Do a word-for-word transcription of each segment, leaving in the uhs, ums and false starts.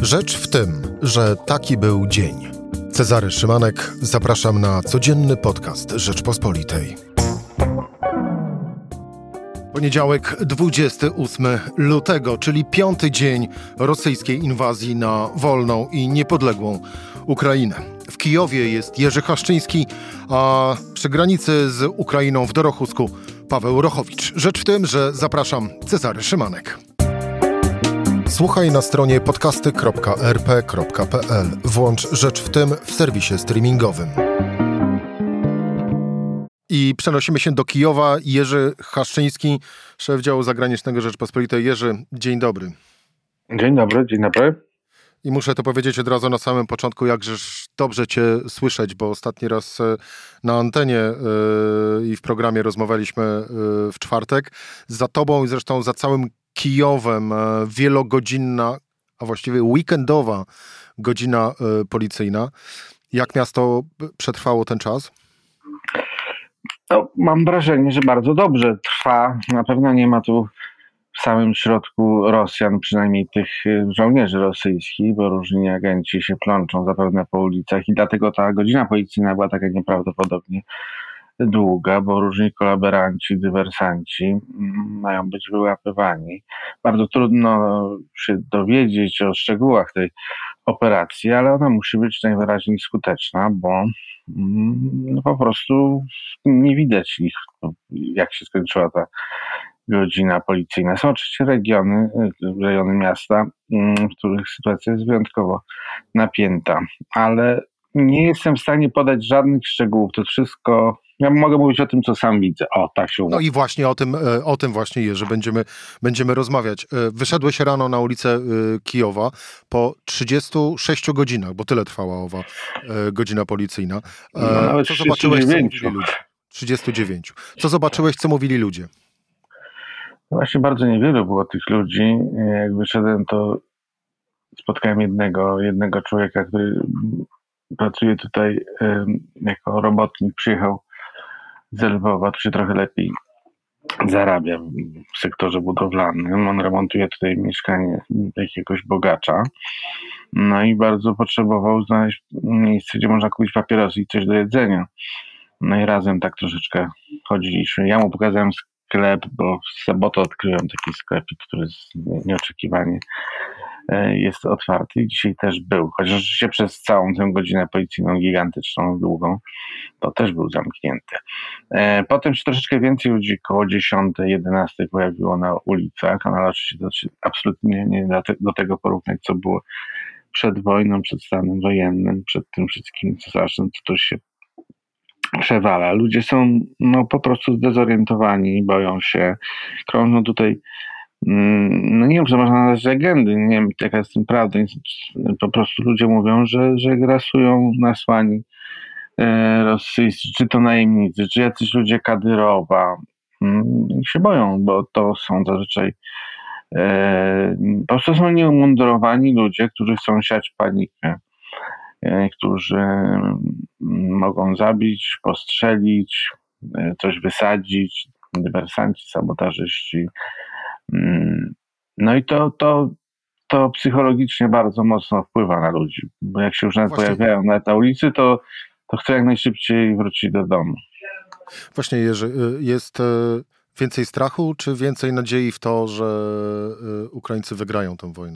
Rzecz w tym, że taki był dzień. Cezary Szymanek, zapraszam na codzienny podcast Rzeczpospolitej. Poniedziałek, dwudziestego ósmego lutego, czyli piąty dzień rosyjskiej inwazji na wolną i niepodległą Ukrainę. W Kijowie jest Jerzy Haszczyński, a przy granicy z Ukrainą w Dorochusku Paweł Rochowicz. Rzecz w tym, że zapraszam, Cezary Szymanek. Słuchaj na stronie podcasty kropka er pe kropka pe el. Włącz Rzecz w tym w serwisie streamingowym. I przenosimy się do Kijowa. Jerzy Haszczyński, szef działu zagranicznego Rzeczpospolitej. Jerzy, dzień dobry. Dzień dobry, dzień dobry. I muszę to powiedzieć od razu na samym początku, jakżeż dobrze cię słyszeć, bo ostatni raz na antenie yy, i w programie rozmawialiśmy yy, w czwartek. Za tobą i zresztą za całym Kijowem yy, wielogodzinna, a właściwie weekendowa godzina yy, policyjna. Jak miasto przetrwało ten czas? No, mam wrażenie, że bardzo dobrze trwa. Na pewno nie ma tu w samym środku Rosjan, przynajmniej tych żołnierzy rosyjskich, bo różni agenci się plączą zapewne po ulicach i dlatego ta godzina policyjna była taka nieprawdopodobnie długa, bo różni kolaboranci, dywersanci mają być wyłapywani. Bardzo trudno się dowiedzieć o szczegółach tej operacji, ale ona musi być najwyraźniej skuteczna, bo no, po prostu nie widać ich, jak się skończyła ta godzina policyjna. Są oczywiście regiony, rejony miasta, w których sytuacja jest wyjątkowo napięta, ale nie jestem w stanie podać żadnych szczegółów. To wszystko, ja mogę mówić o tym, co sam widzę. O, tak się uda. No i właśnie o tym, o tym właśnie, Jerzy, będziemy, będziemy rozmawiać. Wyszedłeś rano na ulicę Kijowa po trzydziestu sześciu godzinach, bo tyle trwała owa godzina policyjna. No, nawet co zobaczyłeś, co mówili ludzie? trzydziestu trzydziestu dziewięciu. Co zobaczyłeś, co mówili ludzie? Właśnie bardzo niewielu było tych ludzi. Jak wyszedłem, to spotkałem jednego, jednego człowieka, który pracuje tutaj um, jako robotnik. Przyjechał z Lwowa, tu się trochę lepiej zarabia w sektorze budowlanym. On remontuje tutaj mieszkanie jakiegoś bogacza. No i bardzo potrzebował znaleźć miejsce, gdzie można kupić papierosy i coś do jedzenia. No i razem tak troszeczkę chodziliśmy. Ja mu pokazałem sklep, bo w sobotę odkryłem taki sklepik, który nieoczekiwanie jest otwarty i dzisiaj też był. Chociaż oczywiście przez całą tę godzinę policyjną, gigantyczną, długą, to też był zamknięty. Potem się troszeczkę więcej ludzi koło dziesiątej, jedenastej pojawiło na ulicach, ale oczywiście to się absolutnie nie da do tego porównać, co było przed wojną, przed stanem wojennym, przed tym wszystkim, co zresztą to się przewala. Ludzie są no, po prostu zdezorientowani, boją się. Krążą tutaj, no nie wiem, czy można nazwać legendy, nie wiem, jaka jest w tym prawda. Po prostu ludzie mówią, że, że grasują nasłani e, rosyjscy, czy to najemnicy, czy jacyś ludzie Kadyrowa. I się boją, bo to są zazwyczaj e, po prostu są nieumundurowani ludzie, którzy chcą siać panikę, którzy mogą zabić, postrzelić, coś wysadzić, dywersanci, sabotażyści. No i to, to, to psychologicznie bardzo mocno wpływa na ludzi, bo jak się już nawet Właśnie... pojawiają na, na ulicy, to, to chcą jak najszybciej wrócić do domu. Właśnie, Jerzy, jest więcej strachu, czy więcej nadziei w to, że Ukraińcy wygrają tę wojnę?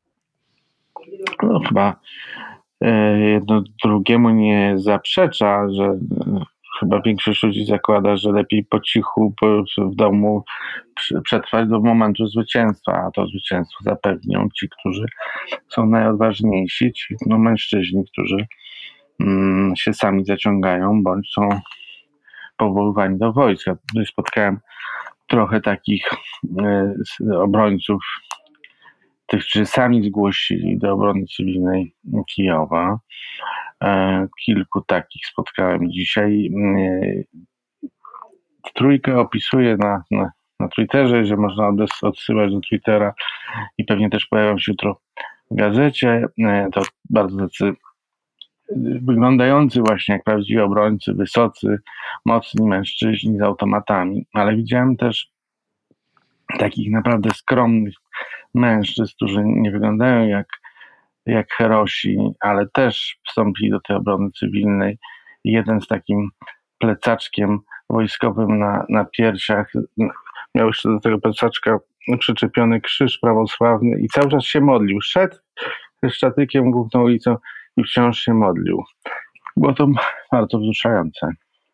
No chyba jedno drugiemu nie zaprzecza, że chyba większość ludzi zakłada, że lepiej po cichu w domu przetrwać do momentu zwycięstwa, a to zwycięstwo zapewnią ci, którzy są najodważniejsi, ci no, mężczyźni, którzy mm, się sami zaciągają, bądź są powoływani do wojska. Tutaj spotkałem trochę takich e, obrońców, tych, którzy sami zgłosili do obrony cywilnej Kijowa. E, kilku takich spotkałem dzisiaj. E, trójkę opisuję na, na, na Twitterze, że można odsyłać do Twittera i pewnie też pojawią się jutro w gazecie. E, to bardzo tacy wyglądający właśnie jak prawdziwi obrońcy, wysocy, mocni mężczyźni z automatami, ale widziałem też takich naprawdę skromnych mężczyzn, którzy nie wyglądają jak jak herosi, ale też wstąpili do tej obrony cywilnej. Jeden z takim plecaczkiem wojskowym na, na piersiach. Miał jeszcze do tego plecaczka przyczepiony krzyż prawosławny i cały czas się modlił. Szedł z czatykiem główną ulicą i wciąż się modlił. Było to bardzo wzruszające.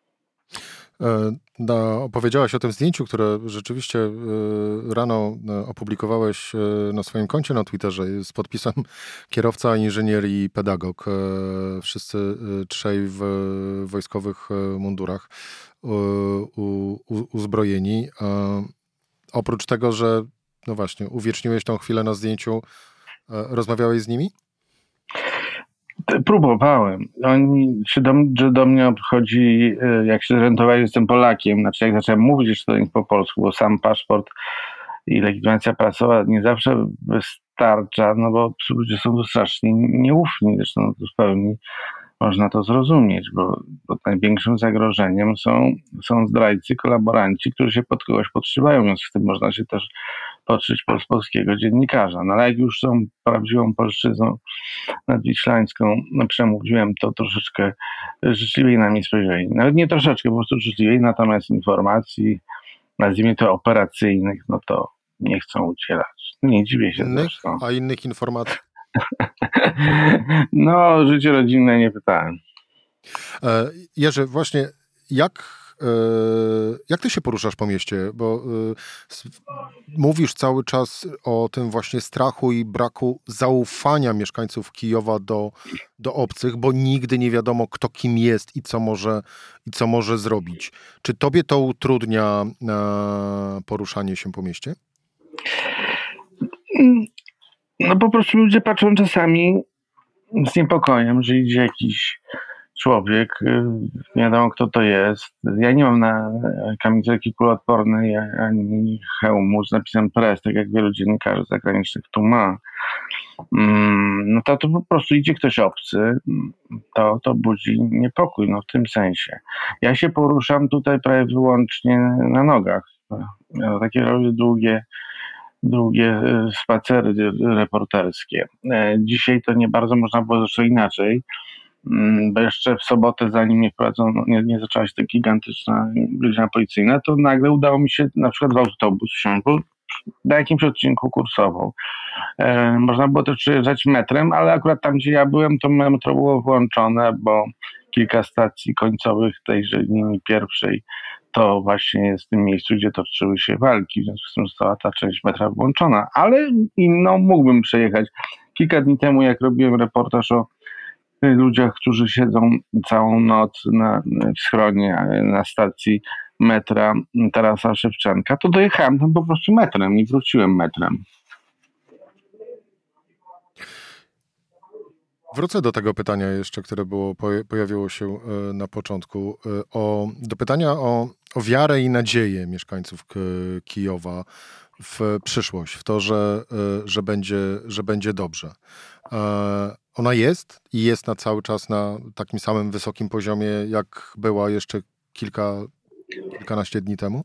No, opowiedziałaś o tym zdjęciu, które rzeczywiście rano opublikowałeś na swoim koncie na Twitterze z podpisem kierowca, inżynier i pedagog. Wszyscy trzej w wojskowych mundurach uzbrojeni. Oprócz tego, że no właśnie, uwieczniłeś tą chwilę na zdjęciu, rozmawiałeś z nimi? Próbowałem. Oni się do, że do mnie obchodzi, jak się zorientowali, że jestem Polakiem. Znaczy, jak zacząłem mówić jeszcze do nich po polsku, bo sam paszport i legitymacja prasowa nie zawsze wystarcza, no bo ludzie są tu strasznie nieufni. Zresztą w pełni można to zrozumieć, bo, bo największym zagrożeniem są, są zdrajcy, kolaboranci, którzy się pod kogoś podszywają, więc w tym można się też podszyć pod polskiego dziennikarza. No ale jak już są prawdziwą polszczyzną nadwiślańską, no przemówiłem, to troszeczkę życzliwiej na mnie spojrzeli. Nawet nie troszeczkę, po prostu życzliwiej, natomiast informacji, nazwijmy to operacyjnych, no to nie chcą udzielać. Nie dziwię się innych, zresztą. A innych informacji? No, życie rodzinne nie pytałem. Jerzy, właśnie jak, jak ty się poruszasz po mieście? Bo mówisz cały czas o tym właśnie strachu i braku zaufania mieszkańców Kijowa do, do obcych, bo nigdy nie wiadomo, kto kim jest i co może, i co może zrobić. Czy tobie to utrudnia poruszanie się po mieście? No po prostu ludzie patrzą czasami z niepokojem, że idzie jakiś człowiek, nie wiadomo kto to jest. Ja nie mam na kamizelki kuloodpornej ani hełmu z napisem press, tak jak wielu dziennikarzy zagranicznych tu ma. No to, to po prostu idzie ktoś obcy, to, to budzi niepokój, no w tym sensie. Ja się poruszam tutaj prawie wyłącznie na nogach. Ja takie robię długie długie spacery reporterskie. Dzisiaj to nie bardzo można było zresztą inaczej, bo jeszcze w sobotę, zanim mnie wprowadzono, nie, nie zaczęła się ta gigantyczna godzina policyjna, to nagle udało mi się na przykład w autobus wsiąść, bo na jakimś odcinku kursował. E, można było też przyjeżdżać metrem, ale akurat tam, gdzie ja byłem, to metro było włączone, bo kilka stacji końcowych tejże linii pierwszej to właśnie jest w tym miejscu, gdzie toczyły się walki, w związku z tym została ta część metra włączona, ale inną mógłbym przejechać. Kilka dni temu, jak robiłem reportaż o ludziach, którzy siedzą całą noc na, w schronie na stacji metra Tarasa Szewczenka, to dojechałem tam po prostu metrem i wróciłem metrem. Wrócę do tego pytania jeszcze, które było, pojawiło się na początku. O, do pytania o, o wiarę i nadzieję mieszkańców Kijowa w przyszłość, w to, że, że, będzie, że będzie dobrze. Ona jest i jest na cały czas na takim samym wysokim poziomie, jak była jeszcze kilka, kilkanaście dni temu?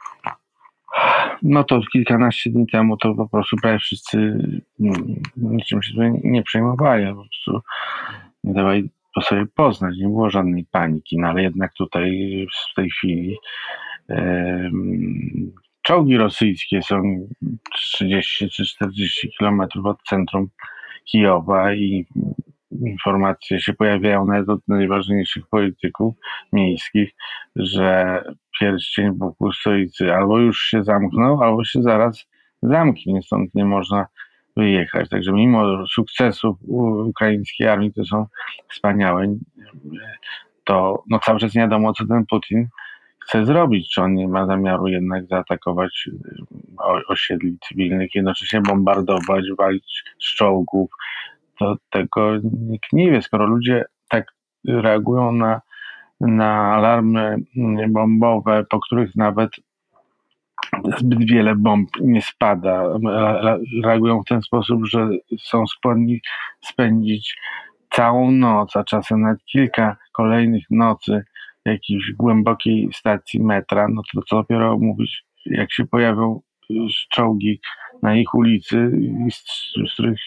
No to kilkanaście dni temu to po prostu prawie wszyscy niczym się nie przejmowali, po prostu nie dawali po sobie poznać, nie było żadnej paniki, no ale jednak tutaj w tej chwili e, czołgi rosyjskie są trzydzieści czy czterdzieści kilometrów od centrum Kijowa i informacje się pojawiają nawet od najważniejszych polityków miejskich, że pierścień wokół stolicy albo już się zamknął, albo się zaraz zamknie, stąd nie można wyjechać. Także mimo sukcesów ukraińskiej armii, to są wspaniałe, to no cały czas nie wiadomo, co ten Putin chce zrobić, czy on nie ma zamiaru jednak zaatakować osiedli cywilnych, jednocześnie bombardować, walić z czołgów. To tego nikt nie wie, skoro ludzie tak reagują na, na alarmy bombowe, po których nawet zbyt wiele bomb nie spada. Reagują w ten sposób, że są skłonni spędzić całą noc, a czasem nawet kilka kolejnych nocy w jakiejś głębokiej stacji metra, no to co dopiero mówić, jak się pojawią czołgi na ich ulicy, z, z których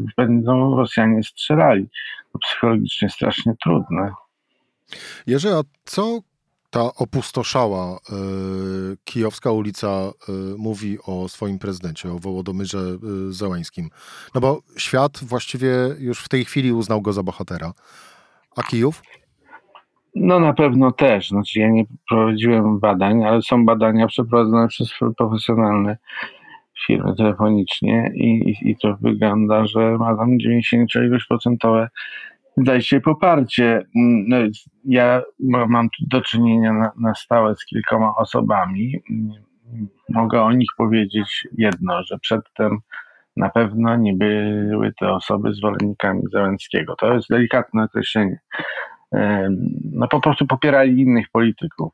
będą Rosjanie strzelali. To psychologicznie strasznie trudne. Jerzy, a co ta opustoszała y, kijowska ulica y, mówi o swoim prezydencie, o Wołodomyrze y, Zełeńskim? No bo świat właściwie już w tej chwili uznał go za bohatera. A Kijów? No na pewno też. Znaczy ja nie prowadziłem badań, ale są badania przeprowadzone przez profesjonalne firmy telefonicznie i, i, i to wygląda, że ma tam dziewięćdziesiąt ileś procentowe zdaje się poparcie. No, ja mam tu do czynienia na, na stałe z kilkoma osobami. Mogę o nich powiedzieć jedno, że przedtem na pewno nie były te osoby zwolennikami Zełenskiego. To jest delikatne określenie. No po prostu popierali innych polityków.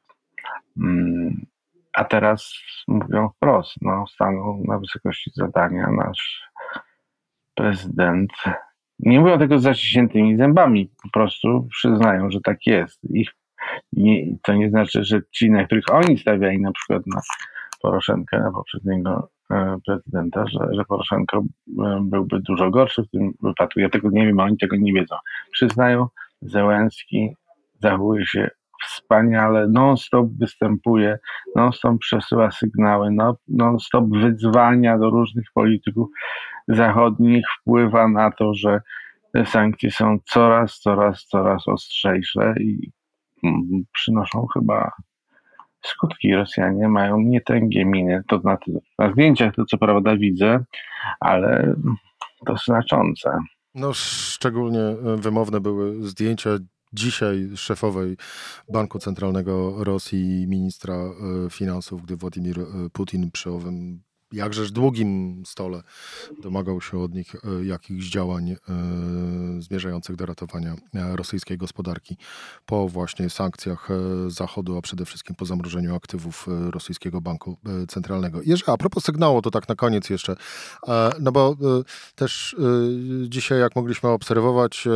A teraz mówią wprost, no stanął na wysokości zadania nasz prezydent. Nie mówią tego z zaciśniętymi zębami, po prostu przyznają, że tak jest. I nie, to nie znaczy, że ci, na których oni stawiali, na przykład na Poroszenkę, na poprzedniego e, prezydenta, że, że Poroszenko e, byłby dużo gorszy w tym wypadku. Ja tego nie wiem, a oni tego nie wiedzą. Przyznają, Zełenski zachowuje się wspaniale, non-stop występuje, non-stop przesyła sygnały, non-stop wyzwania do różnych polityków zachodnich, wpływa na to, że te sankcje są coraz, coraz, coraz ostrzejsze i mm, przynoszą chyba skutki. Rosjanie mają nietęgie miny. To na, na zdjęciach to co prawda widzę, ale to znaczące. No szczególnie wymowne były zdjęcia dzisiaj szefowej Banku Centralnego Rosji i ministra finansów, gdy Władimir Putin przy owym jakżeż długim stole domagał się od nich jakichś działań zmierzających do ratowania rosyjskiej gospodarki po właśnie sankcjach Zachodu, a przede wszystkim po zamrożeniu aktywów rosyjskiego banku centralnego. Jerzy, a propos sygnału, to tak na koniec jeszcze, no bo też dzisiaj, jak mogliśmy obserwować,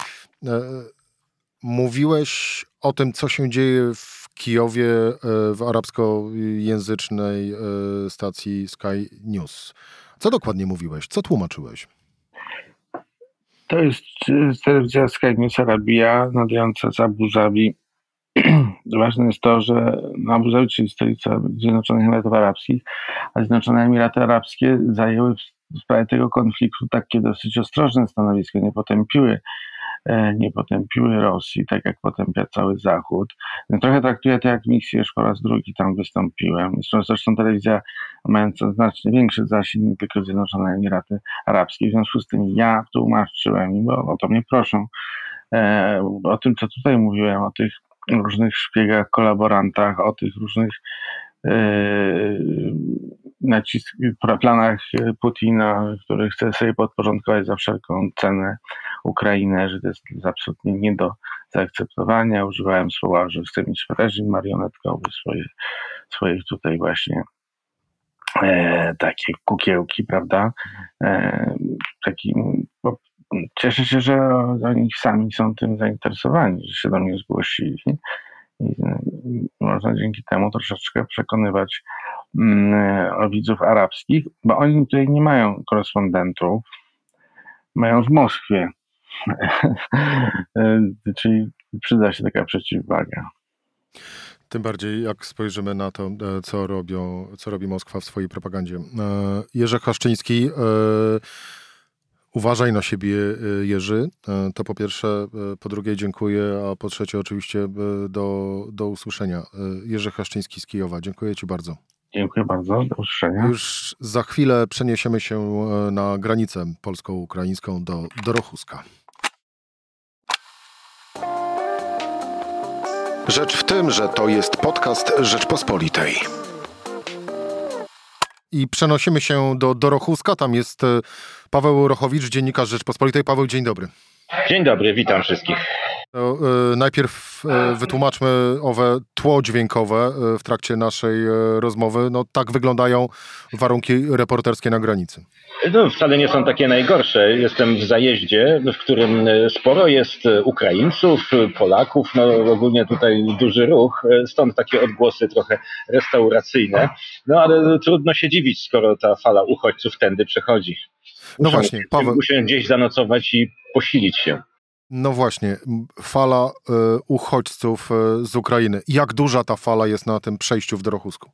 mówiłeś o tym, co się dzieje w Kijowie w arabskojęzycznej stacji Sky News. Co dokładnie mówiłeś? Co tłumaczyłeś? To jest telewizja Sky News Arabia nadająca z Abu Zabi. Ważne jest to, że Abu Zabi, czyli stolica Zjednoczonych Emiratów Arabskich, a Zjednoczone Emiraty Arabskie zajęły w sprawie tego konfliktu takie dosyć ostrożne stanowisko, nie potępiły nie potępiły Rosji, tak jak potępia cały Zachód. Trochę traktuję to jak misję, już po raz drugi tam wystąpiłem. Jest zresztą telewizja mająca znacznie większy zasięg, nie tylko Zjednoczone Emiraty Arabskie. W związku z tym ja tłumaczyłem, bo o to mnie proszą, e, o tym, co tutaj mówiłem, o tych różnych szpiegach, kolaborantach, o tych różnych nacisk, planach Putina, który chce sobie podporządkować za wszelką cenę Ukrainę, że to jest absolutnie nie do zaakceptowania. Używałem słowa, że chce mieć reżim marionetkowy, swoje, swoich tutaj właśnie e, takie kukiełki, prawda? E, taki, bo cieszę się, że oni sami są tym zainteresowani, że się do mnie zgłosili. I można dzięki temu troszeczkę przekonywać mm, widzów arabskich, bo oni tutaj nie mają korespondentów, mają w Moskwie. Czyli przyda się taka przeciwwaga. Tym bardziej jak spojrzymy na to, co robią, co robi Moskwa w swojej propagandzie. Jerzy Haszczyński, uważaj na siebie, Jerzy. To po pierwsze, po drugie dziękuję, a po trzecie oczywiście do, do usłyszenia. Jerzy Haszczyński z Kijowa. Dziękuję Ci bardzo. Dziękuję bardzo, do usłyszenia. Już za chwilę przeniesiemy się na granicę polsko-ukraińską do Dorochuska. Rzecz w tym, że to jest podcast Rzeczpospolitej. I przenosimy się do Dorochuska. Tam jest Paweł Rochowicz, dziennikarz Rzeczpospolitej. Paweł, dzień dobry. Dzień dobry, witam wszystkich. To, y, najpierw y, wytłumaczmy owe tło dźwiękowe y, w trakcie naszej y, rozmowy. No tak wyglądają warunki reporterskie na granicy. No, wcale nie są takie najgorsze. Jestem w zajeździe, w którym sporo jest Ukraińców, Polaków, no ogólnie tutaj duży ruch, stąd takie odgłosy trochę restauracyjne. No ale trudno się dziwić, skoro ta fala uchodźców tędy przechodzi. No właśnie, Paweł. Muszę gdzieś zanocować i posilić się. No właśnie, fala y, uchodźców y, z Ukrainy. Jak duża ta fala jest na tym przejściu w Dorochusku?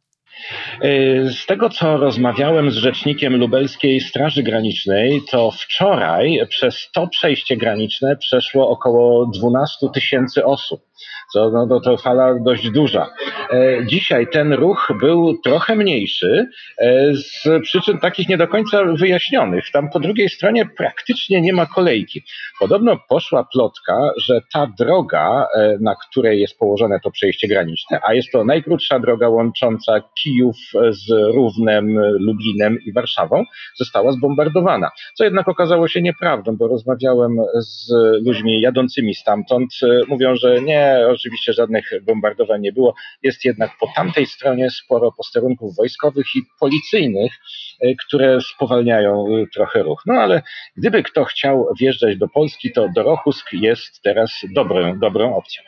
Z tego, co rozmawiałem z rzecznikiem lubelskiej Straży Granicznej, to wczoraj przez to przejście graniczne przeszło około dwanaście tysięcy osób. To, no, to, to fala dość duża. Dzisiaj ten ruch był trochę mniejszy z przyczyn takich nie do końca wyjaśnionych. Tam po drugiej stronie praktycznie nie ma kolejki. Podobno poszła plotka, że ta droga, na której jest położone to przejście graniczne, a jest to najkrótsza droga łącząca Kijów z Równem, Lublinem i Warszawą, została zbombardowana. Co jednak okazało się nieprawdą, bo rozmawiałem z ludźmi jadącymi stamtąd. Mówią, że nie, oczywiście żadnych bombardowań nie było. Jest jednak po tamtej stronie sporo posterunków wojskowych i policyjnych, które spowalniają trochę ruch. No ale gdyby kto chciał wjeżdżać do Polski, to Dorohusk jest teraz dobrą, dobrą opcją.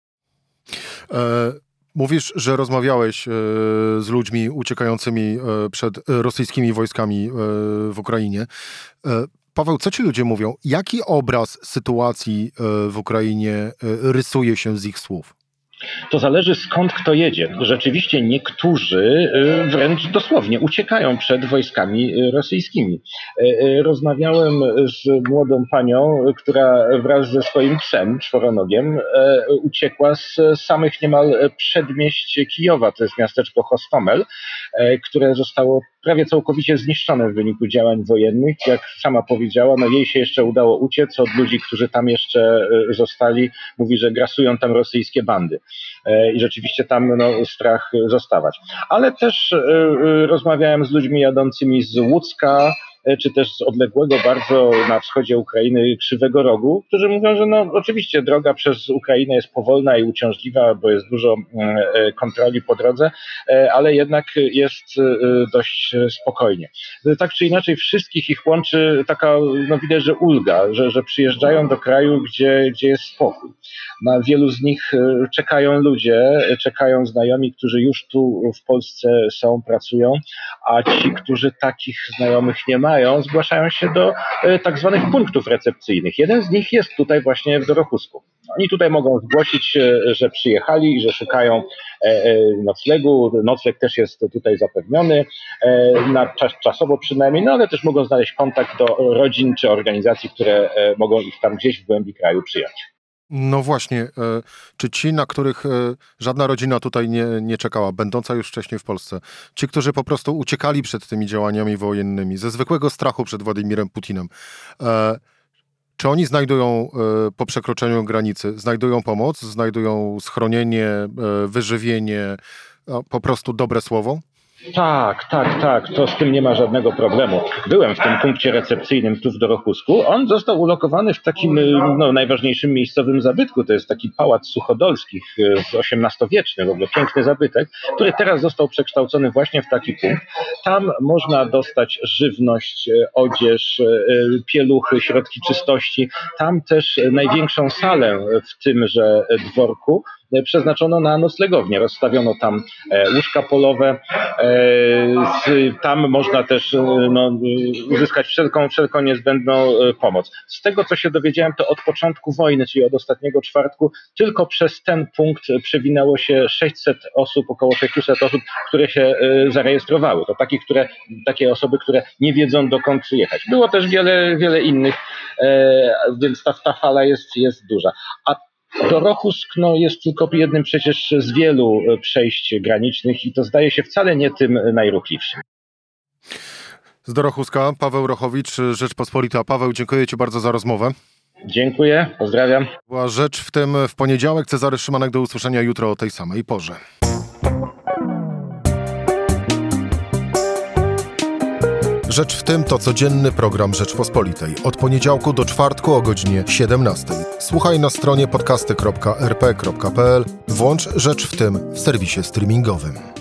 E, mówisz, że rozmawiałeś e, z ludźmi uciekającymi e, przed rosyjskimi wojskami e, w Ukrainie. E, Paweł, co ci ludzie mówią? Jaki obraz sytuacji e, w Ukrainie e, rysuje się z ich słów? To zależy, skąd kto jedzie. Rzeczywiście niektórzy wręcz dosłownie uciekają przed wojskami rosyjskimi. Rozmawiałem z młodą panią, która wraz ze swoim psem czworonogiem uciekła z samych niemal przedmieść Kijowa. To jest miasteczko Hostomel, które zostało prawie całkowicie zniszczone w wyniku działań wojennych. Jak sama powiedziała, no jej się jeszcze udało uciec od ludzi, którzy tam jeszcze zostali. Mówi, że grasują tam rosyjskie bandy. I rzeczywiście tam no, strach zostawać. Ale też y, y, rozmawiałem z ludźmi jadącymi z Łódzka, czy też z odległego bardzo na wschodzie Ukrainy Krzywego Rogu, którzy mówią, że no oczywiście droga przez Ukrainę jest powolna i uciążliwa, bo jest dużo e, kontroli po drodze, e, ale jednak jest e, dość spokojnie. Tak czy inaczej wszystkich ich łączy taka, no widać, że ulga, że, że przyjeżdżają do kraju, gdzie, gdzie jest spokój. Na wielu z nich czekają ludzie, czekają znajomi, którzy już tu w Polsce są, pracują, a ci, którzy takich znajomych nie mają, zgłaszają się do e, tak zwanych punktów recepcyjnych. Jeden z nich jest tutaj właśnie w Dorohusku. Oni tutaj mogą zgłosić, e, że przyjechali i że szukają e, e, noclegu. Nocleg też jest tutaj zapewniony, e, na czas, czasowo przynajmniej, no ale też mogą znaleźć kontakt do rodzin czy organizacji, które e, mogą ich tam gdzieś w głębi kraju przyjąć. No właśnie, czy ci, na których żadna rodzina tutaj nie, nie czekała, będąca już wcześniej w Polsce, ci, którzy po prostu uciekali przed tymi działaniami wojennymi, ze zwykłego strachu przed Władimirem Putinem, czy oni znajdują po przekroczeniu granicy, znajdują pomoc, znajdują schronienie, wyżywienie, po prostu dobre słowo? Tak, tak, tak, to z tym nie ma żadnego problemu. Byłem w tym punkcie recepcyjnym tu w Dorohusku. On został ulokowany w takim no, najważniejszym miejscowym zabytku. To jest taki pałac Suchodolskich osiemnastowieczny, w ogóle piękny zabytek, który teraz został przekształcony właśnie w taki punkt. Tam można dostać żywność, odzież, pieluchy, środki czystości. Tam też największą salę w tymże dworku przeznaczono na noclegownię. Rozstawiono tam łóżka polowe. Tam można też no, uzyskać wszelką, wszelką niezbędną pomoc. Z tego, co się dowiedziałem, to od początku wojny, czyli od ostatniego czwartku, tylko przez ten punkt przewinęło się sześćset osób, około sześćset osób, które się zarejestrowały. To takie, które, takie osoby, które nie wiedzą, dokąd jechać. Było też wiele, wiele innych, więc ta, ta fala jest, jest duża. A Dorohusk no, jest tylko jednym przecież z wielu przejść granicznych i to zdaje się wcale nie tym najruchliwszym. Z Dorohuska Paweł Rochowicz, Rzeczpospolita. Paweł, dziękuję ci bardzo za rozmowę. Dziękuję, pozdrawiam. Była Rzecz w tym w poniedziałek. Cezary Szymanek, do usłyszenia jutro o tej samej porze. Rzecz w tym to codzienny program Rzeczpospolitej. Od poniedziałku do czwartku o godzinie siedemnastej. Słuchaj na stronie podcasty kropka er pe kropka pe el. Włącz Rzecz w tym w serwisie streamingowym.